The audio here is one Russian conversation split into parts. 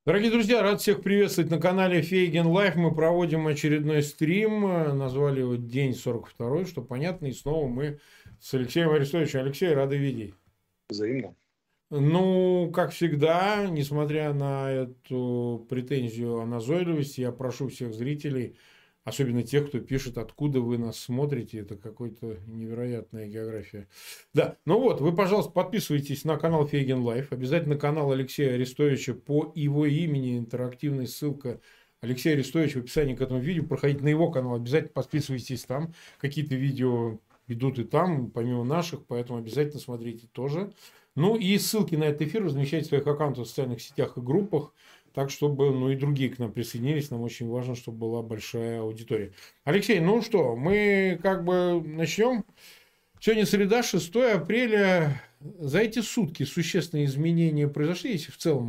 Дорогие друзья, рад всех приветствовать на канале Фейген Лайф. Мы проводим очередной стрим, назвали его День 42, что понятно, и снова мы с Алексеем Арестовичем. Алексей, рады видеть. Взаимно. Ну, как всегда, несмотря на эту претензию о назойливости, я прошу всех зрителей, особенно тех, кто пишет, откуда вы нас смотрите. Это какая-то невероятная география. Да, ну вот, вы, пожалуйста, подписывайтесь на канал Фейген Лайф. Обязательно канал Алексея Арестовича по его имени. Интерактивная ссылка Алексей Арестович в описании к этому видео. Проходите на его канал, обязательно подписывайтесь там. Какие-то видео идут и там, помимо наших, поэтому обязательно смотрите тоже. Ну и ссылки на этот эфир размещайте в своих аккаунтах в социальных сетях и группах. Так, чтобы, ну и другие к нам присоединились. Нам очень важно, чтобы была большая аудитория. Алексей, ну что, мы как бы начнем. Сегодня среда, 6 апреля. За эти сутки существенные изменения произошли, если в целом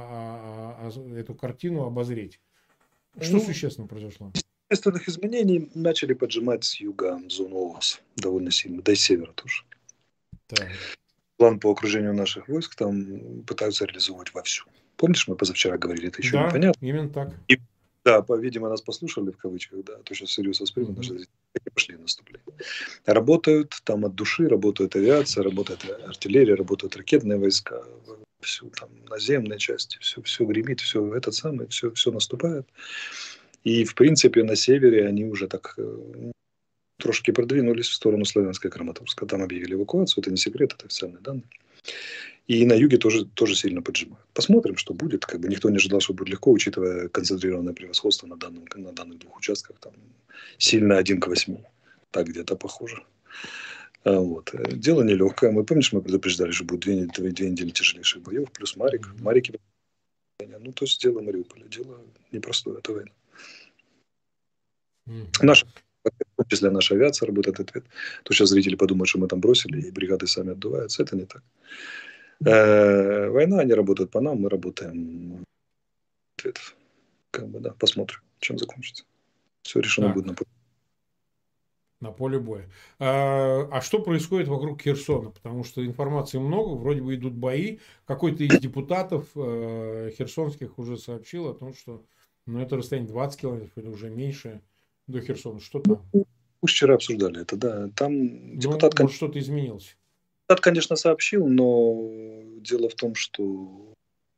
эту картину обозреть. Что существенно произошло? Естественных изменений начали поджимать с юга зону ООС довольно сильно, да и с севера тоже. Так. План по окружению наших войск там пытаются реализовывать вовсю. Помнишь, мы позавчера говорили, это еще Да, непонятно. именно так. И, да, видимо, нас послушали в кавычках, да, то сейчас всерьез воспримут, что пошли в наступление. Работают там от души, работает авиация, работает артиллерия, работают ракетные войска, все там наземные части, все гремит, все этот самый, все наступает. И, в принципе, на севере они уже так трошки продвинулись в сторону Славянска и Краматорска. Там объявили эвакуацию, это не секрет, это официальные данные. И на юге тоже сильно поджимают. Посмотрим, что будет. Как бы никто не ожидал, что будет легко, учитывая концентрированное превосходство на данных двух участках. Там сильно 1-8. Так где-то похоже. Вот. Дело нелегкое. Помнишь, мы предупреждали, что будет две недели тяжелейших боев, плюс Марики. Ну, то есть дело Мариуполя. Дело непростое, это война. Наша, в том числе наша авиация работает ответ. То сейчас зрители подумают, что мы там бросили, и бригады сами отдуваются. Это не так. Война, они работают по нам, мы работаем ответ. Как бы, да, посмотрим, чем закончится. Все решено будет на поле. На поле боя. А что происходит вокруг Херсона? Потому что информации много, вроде бы идут бои. Какой-то из депутатов херсонских уже сообщил о том, что это расстояние 20 километров или уже меньше до Херсона. Что там? Мы вчера обсуждали это, да. Там депутат, может, что-то изменилось? Депутат, конечно, сообщил, но дело в том, что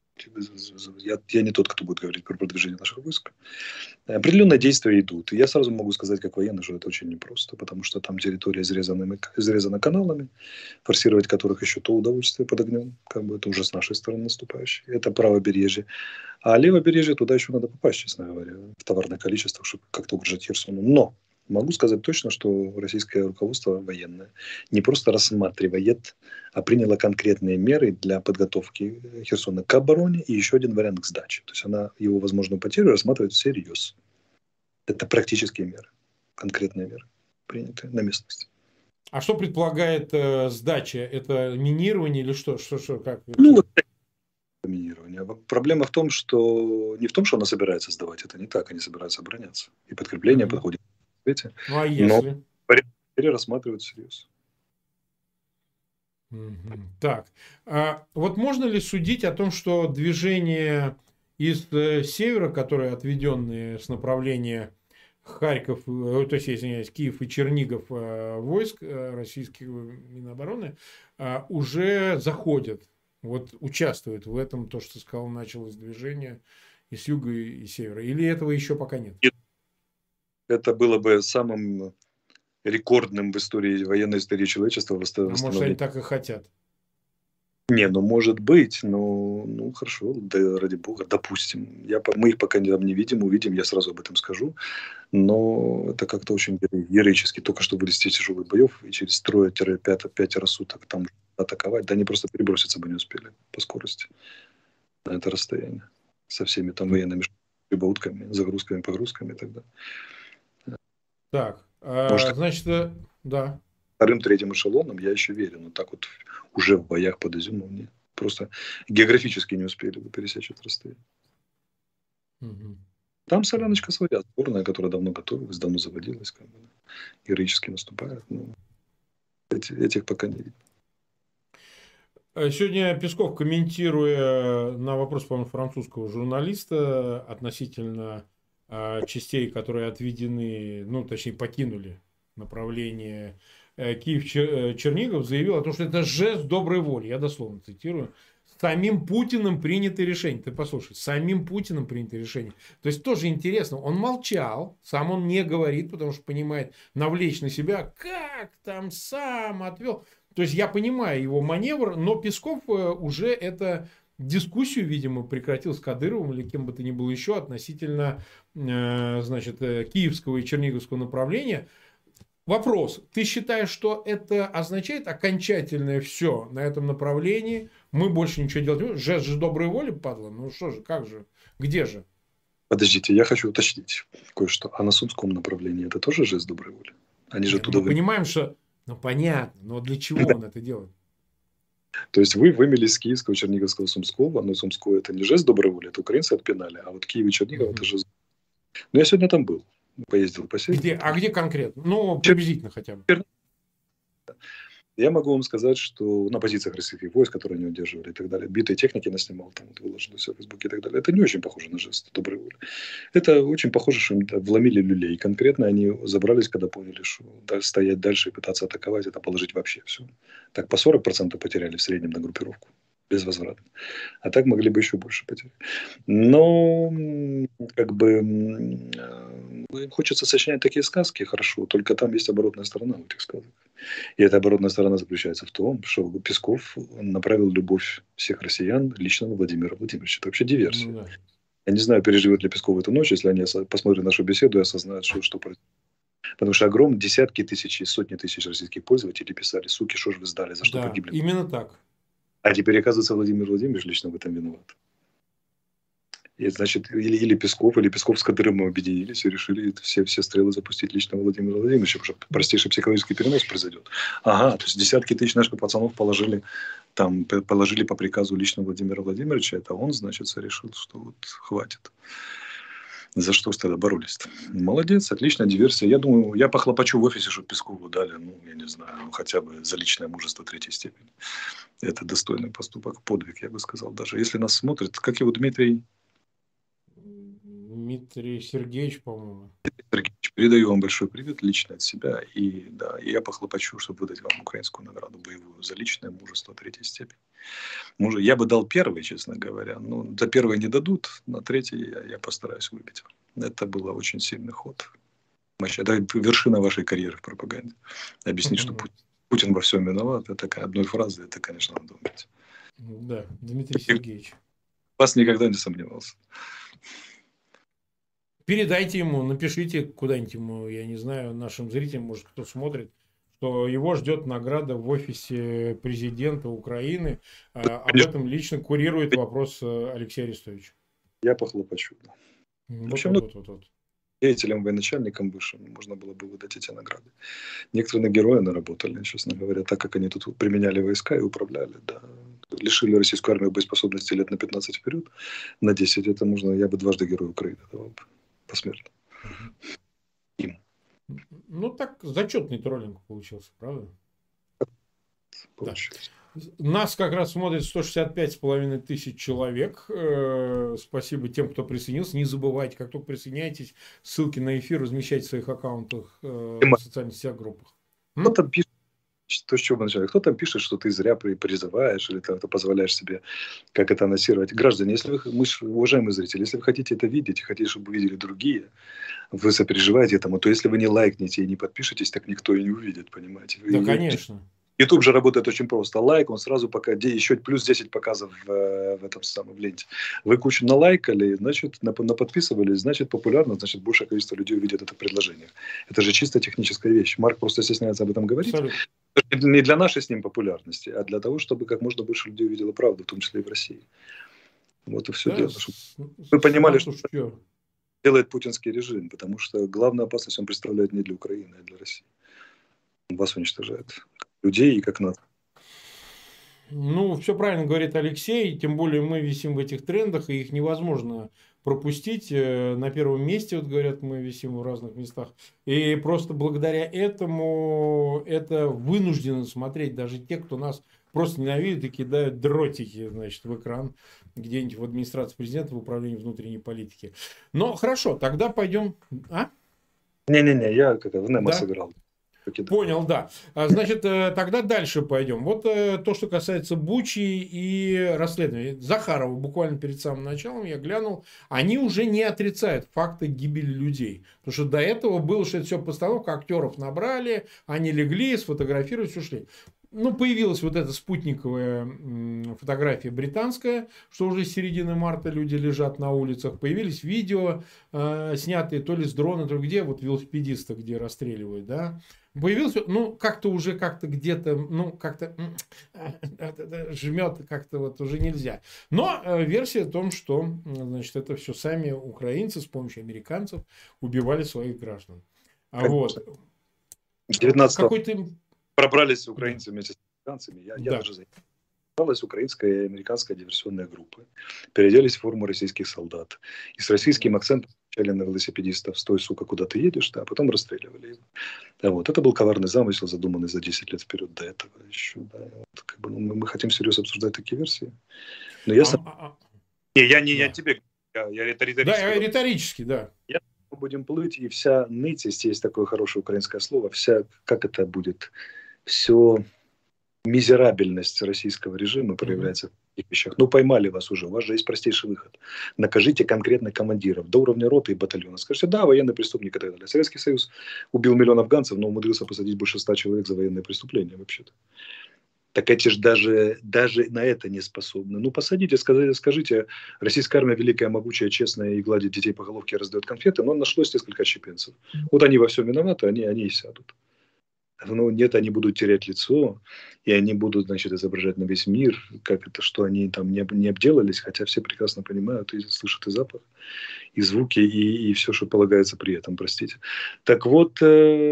я не тот, кто будет говорить про продвижение наших войск. Определенные действия идут. И я сразу могу сказать, как военный, что это очень непросто, потому что там территория изрезана каналами, форсировать которых еще то удовольствие под огнем. Как бы это уже с нашей стороны наступающей. Это правобережье. А левобережье туда еще надо попасть, честно говоря, в товарное количество, чтобы как-то угрожать Херсону. Но могу сказать точно, что российское руководство военное не просто рассматривает, а приняло конкретные меры для подготовки Херсона к обороне и еще один вариант к сдаче. То есть она его возможную потерю рассматривает всерьез. Это практические меры, конкретные меры, принятые на местности. А что предполагает сдача? Это минирование или что? Как? Вот минирование. Проблема в том, что не в том, что она собирается сдавать, это не так, они собираются обороняться. И подкрепление подходит. Ну, а если? Но рассматривают всерьез. Так, вот можно ли судить о том, что движение из севера, которые отведенные с направления Харьков, то есть, извиняюсь, Киев и Чернигов войск российских Минобороны, уже заходят, вот участвуют в этом, то, что ты сказал, началось движение и с юга, и с севера, или этого еще пока нет? Это было бы самым рекордным в истории, военной истории человечества. Может, они так и хотят? Не, может быть, но хорошо, да, ради бога, допустим. Мы их пока не видим, увидим, я сразу об этом скажу. Но это как-то очень героически. Только что были тяжелых боев, и через 3-5 суток там атаковать. Да они просто переброситься бы не успели по скорости на это расстояние. Со всеми там военными прибаутками, загрузками, погрузками и так далее. Так, значит, да. Вторым-третьим эшелоном я еще верю, но так вот уже в боях под Изюмом нет. Просто географически не успели бы пересечь это расстояние. Там соляночка своя, сборная, которая давно готовилась, давно заводилась, как бы, героически наступает. Но этих пока не видно. Сегодня Песков, комментируя на вопрос, по-моему, французского журналиста относительно частей, которые отведены, ну, точнее, покинули направление Киев-Чернигов, заявил о том, что это жест доброй воли. Я дословно цитирую. Самим Путиным принято решение. Ты послушай, самим Путиным принято решение. То есть тоже интересно, он молчал, сам он не говорит, потому что понимает, навлечь на себя, как там сам отвел. То есть я понимаю его маневр, но Песков уже это дискуссию, видимо, прекратил с Кадыровым или кем бы то ни было еще относительно, значит, киевского и черниговского направления. Вопрос. Ты считаешь, что это означает окончательное все на этом направлении? Мы больше ничего делать не будем? Жест же доброй воли, падла. Ну что же, как же? Где же? Подождите, я хочу уточнить кое-что. А на Сумском направлении это тоже жест доброй воли? Они же Нет, туда... мы понимаем, что... Ну, понятно. Но для чего он это делает? То есть вы вымели с Киевского, Черниговского, Сумского, но Сумское это не жест доброй воли, это украинцы отпинали, а вот Киев и Чернигов это жест. Но я сегодня там был, поездил по сети. Где? А где конкретно? Ну, приблизительно хотя бы. Я могу вам сказать, что на позициях российских войск, которые они удерживали и так далее, битые техники наснимал, там вот выложено все в Фейсбуке и так далее, это не очень похоже на жест доброй воли. Это очень похоже, что им вломили люлей. Конкретно они забрались, когда поняли, что стоять дальше и пытаться атаковать, это положить вообще все. Так по 40% потеряли в среднем на группировку. Безвозвратно. А так могли бы еще больше потерять. Но как бы хочется сочинять такие сказки, хорошо, только там есть оборотная сторона у этих сказок. И эта оборотная сторона заключается в том, что Песков направил любовь всех россиян лично на Владимира Владимировича. Это вообще диверсия. Ну, да. Я не знаю, переживет ли Песков эту ночь, если они посмотрят нашу беседу и осознают, что происходит. Потому что огромные десятки тысяч и сотни тысяч российских пользователей писали: суки, что же вы сдали, за что Да, погибли. именно так. А теперь, оказывается, Владимир Владимирович лично в этом виноват. И, значит, или Песков с Кадыровым объединились и решили все стрелы запустить лично Владимира Владимировича, потому что простейший психологический перенос произойдет. Ага, то есть десятки тысяч наших пацанов положили по приказу лично Владимира Владимировича. Это он, значит, решил, что вот хватит. За что тогда боролись-то? Молодец, отличная диверсия. Я думаю, я похлопочу в офисе, чтобы Пескову дали, ну, я не знаю, хотя бы за личное мужество 3-й степени. Это достойный поступок, подвиг, я бы сказал. Даже если нас смотрит, как его Дмитрий Сергеевич, по-моему. Сергеевич, передаю вам большой привет лично от себя. И да, я похлопочу, чтобы выдать вам украинскую награду боевую за личное мужество 3-й степени. Я бы дал 1-й, честно говоря. Но за 1-й не дадут, на 3-й я постараюсь выбить. Это был очень сильный ход. Это вершина вашей карьеры в пропаганде. Объяснить, что Путин во всем виноват, это одной фразы, это, конечно, надо уметь. Да, Дмитрий Сергеевич. Вас никогда не сомневался. Передайте ему, напишите куда-нибудь ему, я не знаю, нашим зрителям, может, кто смотрит, что его ждет награда в офисе президента Украины. Об этом лично курирует вопрос Алексей Арестович. Я похлопочу. Да. Вот. Деятелям, военачальникам высшим можно было бы выдать эти награды. Некоторые на героя наработали, честно говоря, так как они тут применяли войска и управляли, да. Лишили российскую армию боеспособности лет на 15 вперед, на 10. Это можно, я бы 2-dy Герой Украины давал бы посмертно. Им. Ну, так зачетный троллинг получился, правда? Получилось. Да. Нас как раз смотрит 165,5 тысяч человек. Спасибо тем, кто присоединился. Не забывайте, как только присоединяйтесь, ссылки на эфир размещайте в своих аккаунтах в социальных сетях, группах. Кто-то пишет, то, с чего мы начали. Кто там пишет, что ты зря призываешь или ты позволяешь себе как это анонсировать. Граждане, если вы, уважаемые зрители, если вы хотите это видеть, хотите, чтобы увидели другие, вы сопереживаете этому, то если вы не лайкнете и не подпишетесь, так никто и не увидит, понимаете? Да, конечно. YouTube же работает очень просто. Лайк, он сразу пока еще плюс 10 показов в ленте. Вы кучу налайкали, значит, наподписывались, значит, популярно, значит, большее количество людей увидят это предложение. Это же чисто техническая вещь. Марк просто стесняется об этом говорить. Абсолютно. Не для нашей с ним популярности, а для того, чтобы как можно больше людей увидело правду, в том числе и в России. Вот и все дело. Вы понимали, что делает путинский режим, потому что главную опасность он представляет не для Украины, а для России. Он вас уничтожает. Людей и как нацию. Ну, все правильно говорит Алексей, тем более мы висим в этих трендах, и их невозможно пропустить. На первом месте, вот говорят, мы висим в разных местах. И просто благодаря этому это вынуждены смотреть даже те, кто нас просто ненавидит и кидают дротики, значит, в экран где-нибудь в администрации президента, в управлении внутренней политики. Но хорошо, тогда пойдем... А? Не-не-не, я как в Немо Да? сыграл. Понял, да. Значит, тогда дальше пойдем. Вот то, что касается Бучи и расследования. Захарова буквально перед самым началом я глянул, они уже не отрицают факты гибели людей. Потому что до этого было, что это все постановка, актеров набрали, они легли, сфотографировались, ушли. Ну, появилась вот эта спутниковая фотография британская, что уже с середины марта люди лежат на улицах. Появились видео, снятые то ли с дрона, то ли где, вот велосипедиста, где расстреливают, да. Появился, ну, как-то уже как-то где-то, ну, как-то жмет, как-то вот уже нельзя. Но версия о том, что, значит, это все сами украинцы с помощью американцев убивали своих граждан. А вот. В 19-м Какой-то... пробрались украинцы вместе с американцами. Я Да. даже заинтересовалась украинская и американская диверсионная группы. Переоделись в форму российских солдат. И с российским акцентом кричали на велосипедистов: «Стой, сука, куда ты едешь?» Да, а потом расстреливали его. Да, вот. Это был коварный замысел, задуманный за 10 лет вперед до этого еще. Да. Вот, как бы, мы хотим всерьез обсуждать такие версии. Но я сам... Я тебе... это риторически. Да, я риторически, да. Мы будем плыть, и вся ныть, если есть такое хорошее украинское слово, вся, как это будет, все мизерабельность российского режима проявляется в таких вещах. Ну, поймали вас уже, у вас же есть простейший выход. Накажите конкретно командиров до уровня роты и батальона. Скажите: да, военный преступник и так далее. Советский Союз убил миллион афганцев, но умудрился посадить больше 100 человек за военные преступления вообще-то. Так эти же даже на это не способны. Ну, посадите, скажите, российская армия великая, могучая, честная и гладит детей по головке, раздает конфеты, но нашлось несколько отщепенцев. Вот они во всем виноваты, они и сядут. Ну, нет, они будут терять лицо, и они будут, значит, изображать на весь мир, как это, что они там не обделались, хотя все прекрасно понимают и слышат и запах, и звуки, и все, что полагается при этом, простите. Так вот,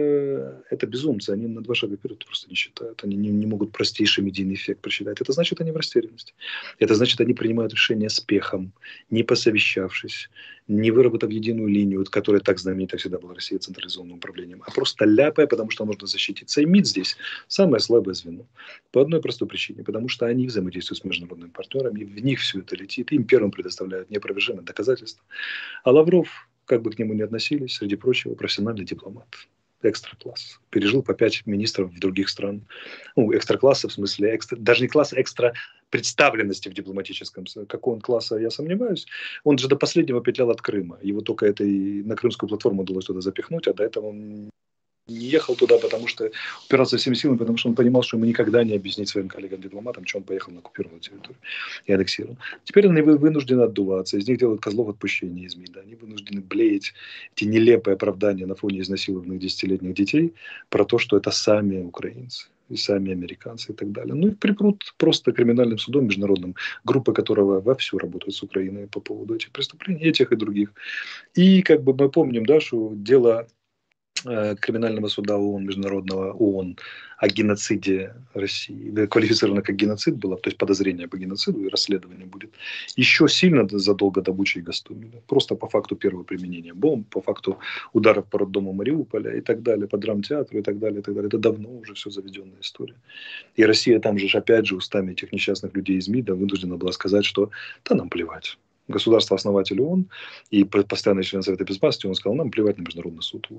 это безумцы, они на 2 шага вперед просто не считают, они не могут простейший медийный эффект просчитать. Это значит, они в растерянности. Это значит, они принимают решения с пехом, не посовещавшись, не выработав единую линию, которая так знаменита всегда была Россия централизованным управлением, а просто ляпая, потому что нужно защититься. И МИД здесь самое слабое звено. По одной простой причине. Потому что они взаимодействуют с международными партнерами, в них все это летит, им первым предоставляют неопровержимые доказательства. А Лавров, как бы к нему ни относились, среди прочего, профессиональный дипломат. Экстра-класс. Пережил по 5 министров в других стран. Ну, экстра-класса в смысле, даже не класса, экстра представленности в дипломатическом. Какого он класса, я сомневаюсь. Он же до последнего петлял от Крыма. Его только на крымскую платформу удалось туда запихнуть, а до этого он не ехал туда, потому что упирался всеми силами, потому что он понимал, что ему никогда не объяснить своим коллегам-дипломатам, что он поехал на оккупированную территорию и аннексировал. Теперь они вынуждены отдуваться, из них делают козлов отпущения из МИДа. Они вынуждены блеять эти нелепые оправдания на фоне изнасилованных 10-летних детей про то, что это сами украинцы и сами американцы и так далее. Ну, их припрут просто криминальным судом международным, группа которого вовсю работает с Украиной по поводу этих преступлений, этих и других. И как бы мы помним, да, что дело Криминального суда ООН, Международного ООН о геноциде России, квалифицировано как геноцид было, то есть подозрение по геноциду и расследование будет еще сильно задолго до Бучи и Гостомеля. Просто по факту первого применения бомб, по факту ударов по роддому Мариуполя и так далее, по драмтеатру и так далее, и так далее. Это давно уже все заведенная история. И Россия там же, опять же, устами этих несчастных людей из МИДа вынуждена была сказать, что да нам плевать. Государство-основатель ООН и постоянный член Совета Безопасности, он сказал, нам плевать на Международный суд.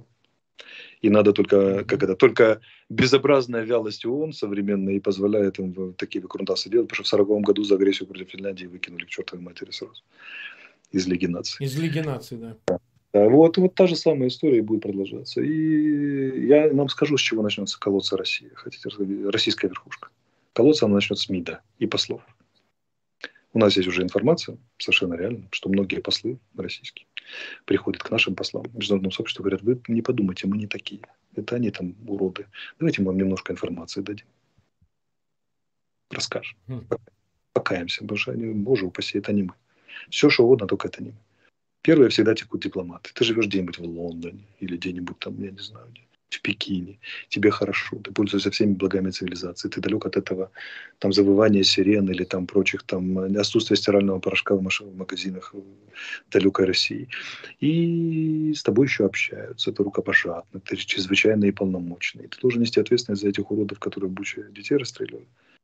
И надо только безобразная вялость ООН современная и позволяет им такие выкрутасы делать, потому что в 1940 году за агрессию против Финляндии выкинули к чертовой матери сразу из Лиги наций. Из Лиги наций, да. Вот та же самая история будет продолжаться. И я вам скажу, с чего начнется колоться Россия. Хотите сказать, российская верхушка. Колоться она начнет с МИДа и послов. У нас есть уже информация, совершенно реально, что многие послы российские приходят к нашим послам в международном сообществе, говорят, вы не подумайте, мы не такие. Это они там уроды. Давайте мы вам немножко информации дадим. Расскажем. Покаемся, потому что они, боже упаси, это не мы. Все, что угодно, только это не мы. Первые всегда текут дипломаты. Ты живешь где-нибудь в Лондоне или где-нибудь там, я не знаю где. в Пекине, тебе хорошо, ты пользуешься всеми благами цивилизации, ты далек от этого там завывания сирен или там прочих, там отсутствия стирального порошка в магазинах в далекой России. И с тобой еще общаются, ты рукопожатный, ты чрезвычайно и полномочный. Ты должен нести ответственность за этих уродов, которые в Буче детей расстреливали.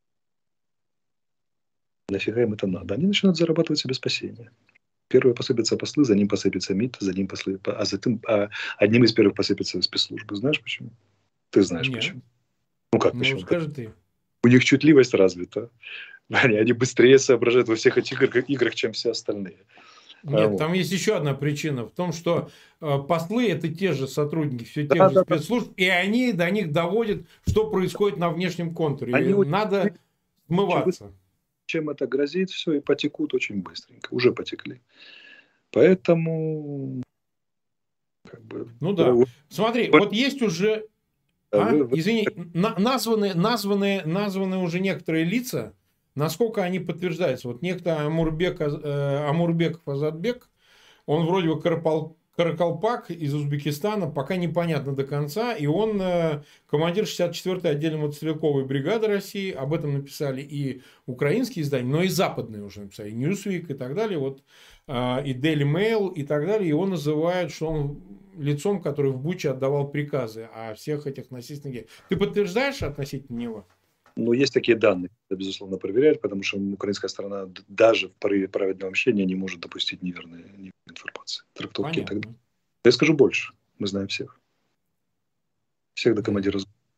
Нафига им это надо? Они начинают зарабатывать себе спасение. Первые посыпятся послы, за ним посыпется МИД, за ним послы, одним из первых посыпятся спецслужбы. Знаешь почему? Ты знаешь Нет. почему. Ну как Ну, почему? скажи ты. У них чутливость развита. Они быстрее соображают во всех этих играх, чем все остальные. Нет, там есть еще одна причина в том, что послы это те же сотрудники, все тех Да, же да, спецслужб, и они до них доводят, что происходит на внешнем контуре. Они И очень надо смываться. Чем это грозит, все, и потекут очень быстренько. Уже потекли. Поэтому как бы, Ну да. Смотри, вот есть уже, извини, названы уже некоторые лица, насколько они подтверждаются. Вот некто Амурбеков Азатбек, он вроде бы Каракалпак из Узбекистана, пока непонятно до конца, и он командир 64-й отдельной мотострелковой бригады России, об этом написали и украинские издания, но и западные уже написали, и Newsweek и так далее, вот, и Daily Mail и так далее, его называют, что он лицом, который в Буче отдавал приказы о всех этих насильственных. Ты подтверждаешь относительно него? Ну, есть такие данные, это, безусловно, проверять, потому что украинская сторона даже в порыве праведного мщения не может допустить неверной информации, трактовки и так далее. Я скажу больше. Мы знаем всех. Всех до командира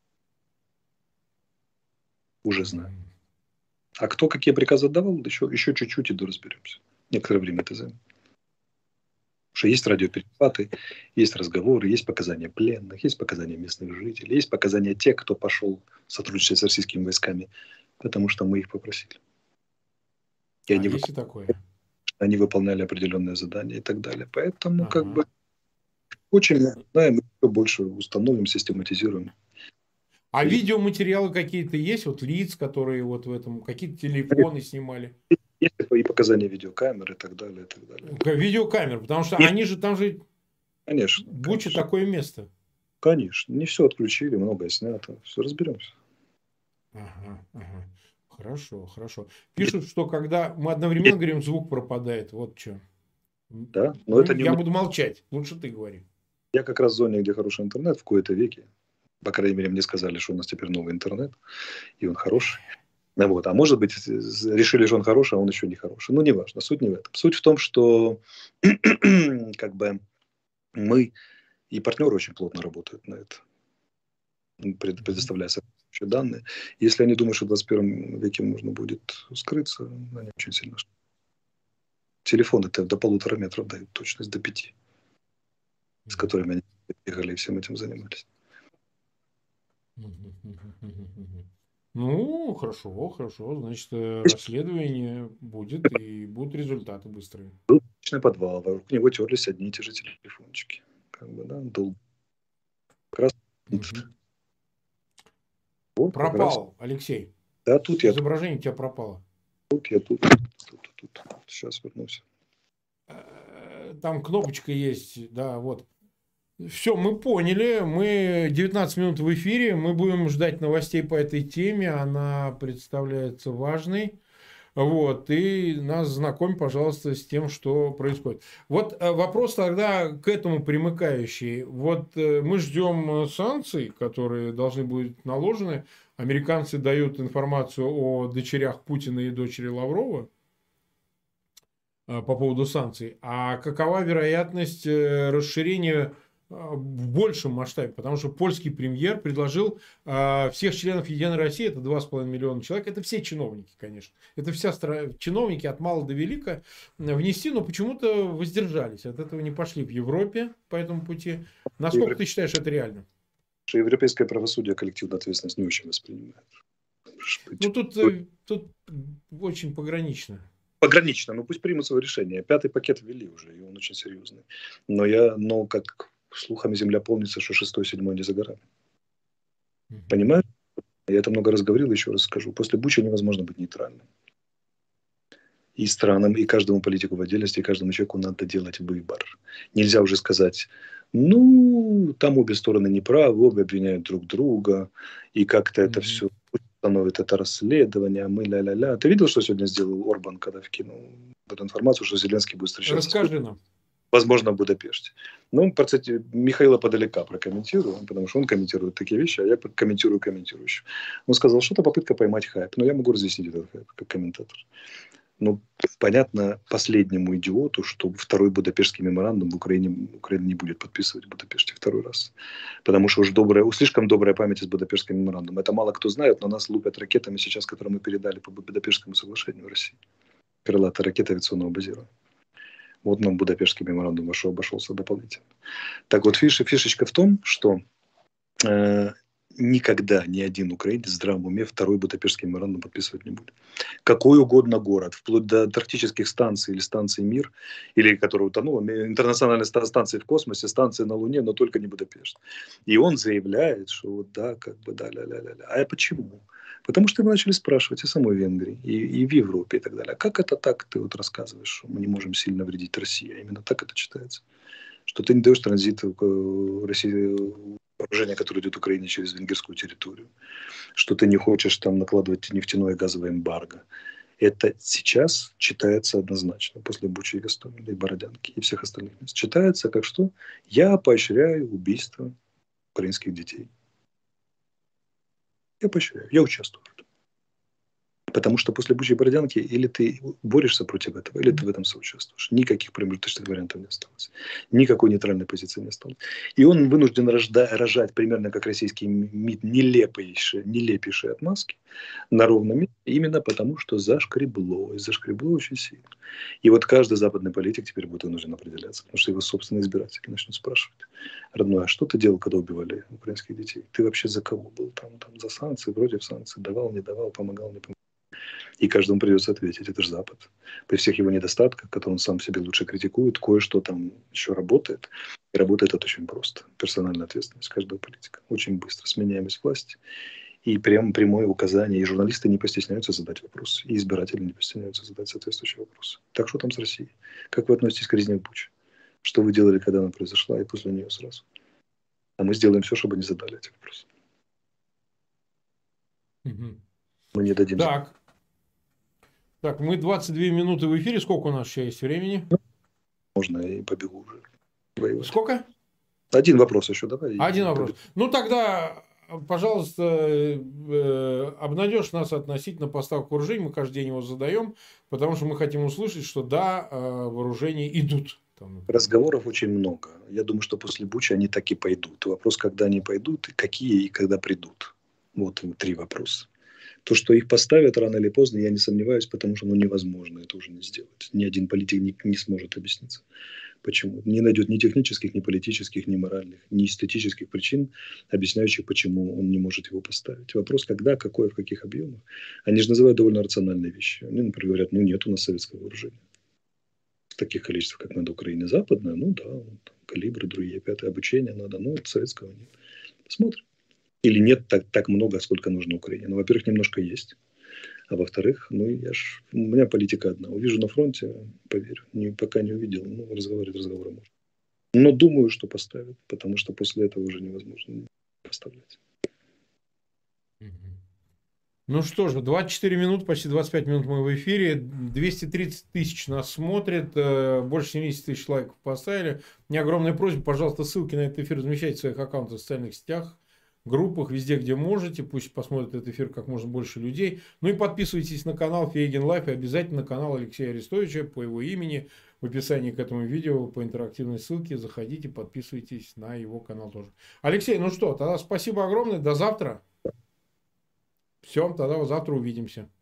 уже знаем. А кто какие приказы отдавал, еще чуть-чуть и доразберемся. Некоторое время это займет. Потому что есть радиоперехваты, есть разговоры, есть показания пленных, есть показания местных жителей, есть показания тех, кто пошел сотрудничать с российскими войсками, потому что мы их попросили. И они выполняли определенные задания и так далее. Поэтому как бы очень много знаем, мы еще больше установим, систематизируем. А видеоматериалы какие-то есть? Вот лиц, которые вот в этом, какие-то телефоны снимали? Есть и показания видеокамер и так далее, и так далее. Видеокамер, потому что они же там же... Конечно. Буча такое место. Конечно. Не все отключили, многое снято. Все, разберемся. Хорошо. Пишут, что когда мы одновременно говорим, звук пропадает. Вот что. Да, но это не... Я буду молчать. Лучше ты говори. Я как раз в зоне, где хороший интернет, в кои-то веки. По крайней мере, мне сказали, что у нас теперь новый интернет, и он хороший. Вот. А может быть, решили, что он хороший, а он еще не хороший. Ну, неважно, суть не в этом. Суть в том, что как бы мы и партнеры очень плотно работают на это, предоставляя соответствующие данные. Если они думают, что в 21 веке можно будет скрыться, они очень сильно... Телефон это до 1,5 метра дают точность, до 5, с которыми они бегали и всем этим занимались. Ну, хорошо. Значит, расследование будет, и будут результаты быстрые. Был личный подвал, вокруг него терлись одни и те же телефончики. Как бы, да, как раз... Пропал, Алексей. Да, тут изображение у тебя пропало. Тут. Сейчас вернусь. Там кнопочка есть, да, вот. Все, мы поняли. Мы 19 минут в эфире. Мы будем ждать новостей по этой теме. Она представляется важной. Вот. И нас знакомь, пожалуйста, с тем, что происходит. Вот вопрос тогда к этому примыкающий. Вот мы ждем санкций, которые должны быть наложены. Американцы дают информацию о дочерях Путина и дочери Лаврова по поводу санкций. А какова вероятность расширения в большем масштабе, потому что польский премьер предложил всех членов Единой России, это 2,5 миллиона человек, это все чиновники, конечно, это вся чиновники от мала до велика внести, но почему-то воздержались, от этого не пошли в Европе по этому пути. Насколько ты считаешь это реально? Что европейское правосудие коллективную ответственность не очень воспринимает. Ну, тут очень погранично. Погранично, но пусть примут свое решение. 5-й пакет ввели уже, и он очень серьезный. Но как слухами земля полнится, что 6-й, 7-й не за горами. Понимаешь? Я это много раз говорил, еще раз скажу. После Бучи невозможно быть нейтральным. И странам, и каждому политику в отдельности, и каждому человеку надо делать выбор. Нельзя уже сказать, Ну, там обе стороны неправы, обе обвиняют друг друга, и как-то это Мгм. все становит это расследование, а мы ля-ля-ля. Ты видел, что сегодня сделал Орбан, когда вкинул эту информацию, что Зеленский будет встречаться с Путиным? Расскажи нам. Возможно, в Будапеште. Ну, кстати, Михаила подалека прокомментирую, потому что он комментирует такие вещи, а я комментирую комментирующих. Он сказал, что это попытка поймать хайп. Но я могу разъяснить этот хайп как комментатор. Ну, понятно последнему идиоту, что второй Будапештский меморандум Украина не будет подписывать в Будапеште второй раз. Потому что уж слишком добрая память из Будапештского меморандума. Это мало кто знает, но нас лупят ракетами сейчас, которые мы передали по Будапештскому соглашению в России. Крылатая ракета авиационного базирования. Вот нам Будапештский меморандум обошелся дополнительно. Так вот, фишечка в том, что никогда ни один украинец в здравом уме второй Будапештский меморандум подписывать не будет. Какой угодно город, вплоть до антарктических станций или станций «Мир», или которая утонула, интернациональной станции в космосе, станции на Луне, но только не Будапешт. И он заявляет, что вот да, как бы да, ля-ля-ля. А почему? Потому что мы начали спрашивать и самой Венгрии, и в Европе, и так далее. А как это так, ты вот рассказываешь, что мы не можем сильно вредить России? А именно так это читается. Что ты не даешь транзит России, вооружения, которое идет Украине через венгерскую территорию. Что ты не хочешь там накладывать нефтяное и газовое эмбарго. Это сейчас читается однозначно, после Бучи и Гастомеля, и Бородянки, и всех остальных мест. Читается как что? Я поощряю убийство украинских детей. Я поощряю, я участвую в этом. Потому что после Бучи и Бородянки или ты борешься против этого, или ты в этом соучаствуешь. Никаких промежуточных вариантов не осталось. Никакой нейтральной позиции не осталось. И он вынужден рожать примерно как российский МИД нелепейшие отмазки на ровном месте, именно потому что зашкребло. И зашкребло очень сильно. И вот каждый западный политик теперь будет вынужден определяться, потому что его собственные избиратели начнут спрашивать: родной, а что ты делал, когда убивали украинских детей? Ты вообще за кого был? Там за санкции, против санкций, давал, не давал, помогал, не помогал. И каждому придется ответить. Это же Запад. При всех его недостатках, которые он сам себе лучше критикует, кое-что там еще работает. И работает это очень просто. Персональная ответственность каждого политика. Очень быстро. Сменяемость власти. И прямое указание. И журналисты не постесняются задать вопрос. И избиратели не постесняются задать соответствующий вопрос. Так что там с Россией? Как вы относитесь к резне в Буче? Что вы делали, когда она произошла, и после нее сразу? А мы сделаем все, чтобы не задали эти вопросы. Мгм. Мы не дадим. Так, мы 22 минуты в эфире. Сколько у нас еще есть времени? Можно и побегу уже воевать. Сколько? Один вопрос еще давай. Один вопрос. Ну, тогда, пожалуйста, обнадежь нас относительно поставок вооружений. Мы каждый день его задаем, потому что мы хотим услышать, что да, вооружения идут. Разговоров очень много. Я думаю, что после Бучи они так и пойдут. Вопрос, когда они пойдут, какие и когда придут. Вот 3 вопроса. То, что их поставят рано или поздно, я не сомневаюсь, потому что невозможно это уже не сделать. Ни один политик не сможет объясниться. Почему? Не найдет ни технических, ни политических, ни моральных, ни эстетических причин, объясняющих, почему он не может его поставить. Вопрос, когда, какое, в каких объемах. Они же называют довольно рациональные вещи. Они, например, говорят, нет у нас советского вооружения. В таких количествах, как надо Украине западная, калибры, другие, пятое, обучение надо, советского нет. Посмотрим. Или нет так много, сколько нужно Украине. Во-первых, немножко есть. А во-вторых, у меня политика одна. Увижу на фронте, поверь, пока не увидел, разговаривать разговором можно. Но думаю, что поставят, потому что после этого уже невозможно поставлять. Ну что же, 24 минуты, почти 25 минут мы в эфире. 230 тысяч нас смотрят, больше 70 тысяч лайков поставили. Мне огромная просьба, пожалуйста, ссылки на этот эфир размещайте в своих аккаунтах в социальных сетях, группах, везде, где можете. Пусть посмотрит этот эфир как можно больше людей. Ну и подписывайтесь на канал Фейгин Лайф и обязательно на канал Алексея Арестовича по его имени. В описании к этому видео по интерактивной ссылке заходите, подписывайтесь на его канал тоже. Алексей, ну что, тогда спасибо огромное, до завтра. Все, тогда завтра увидимся.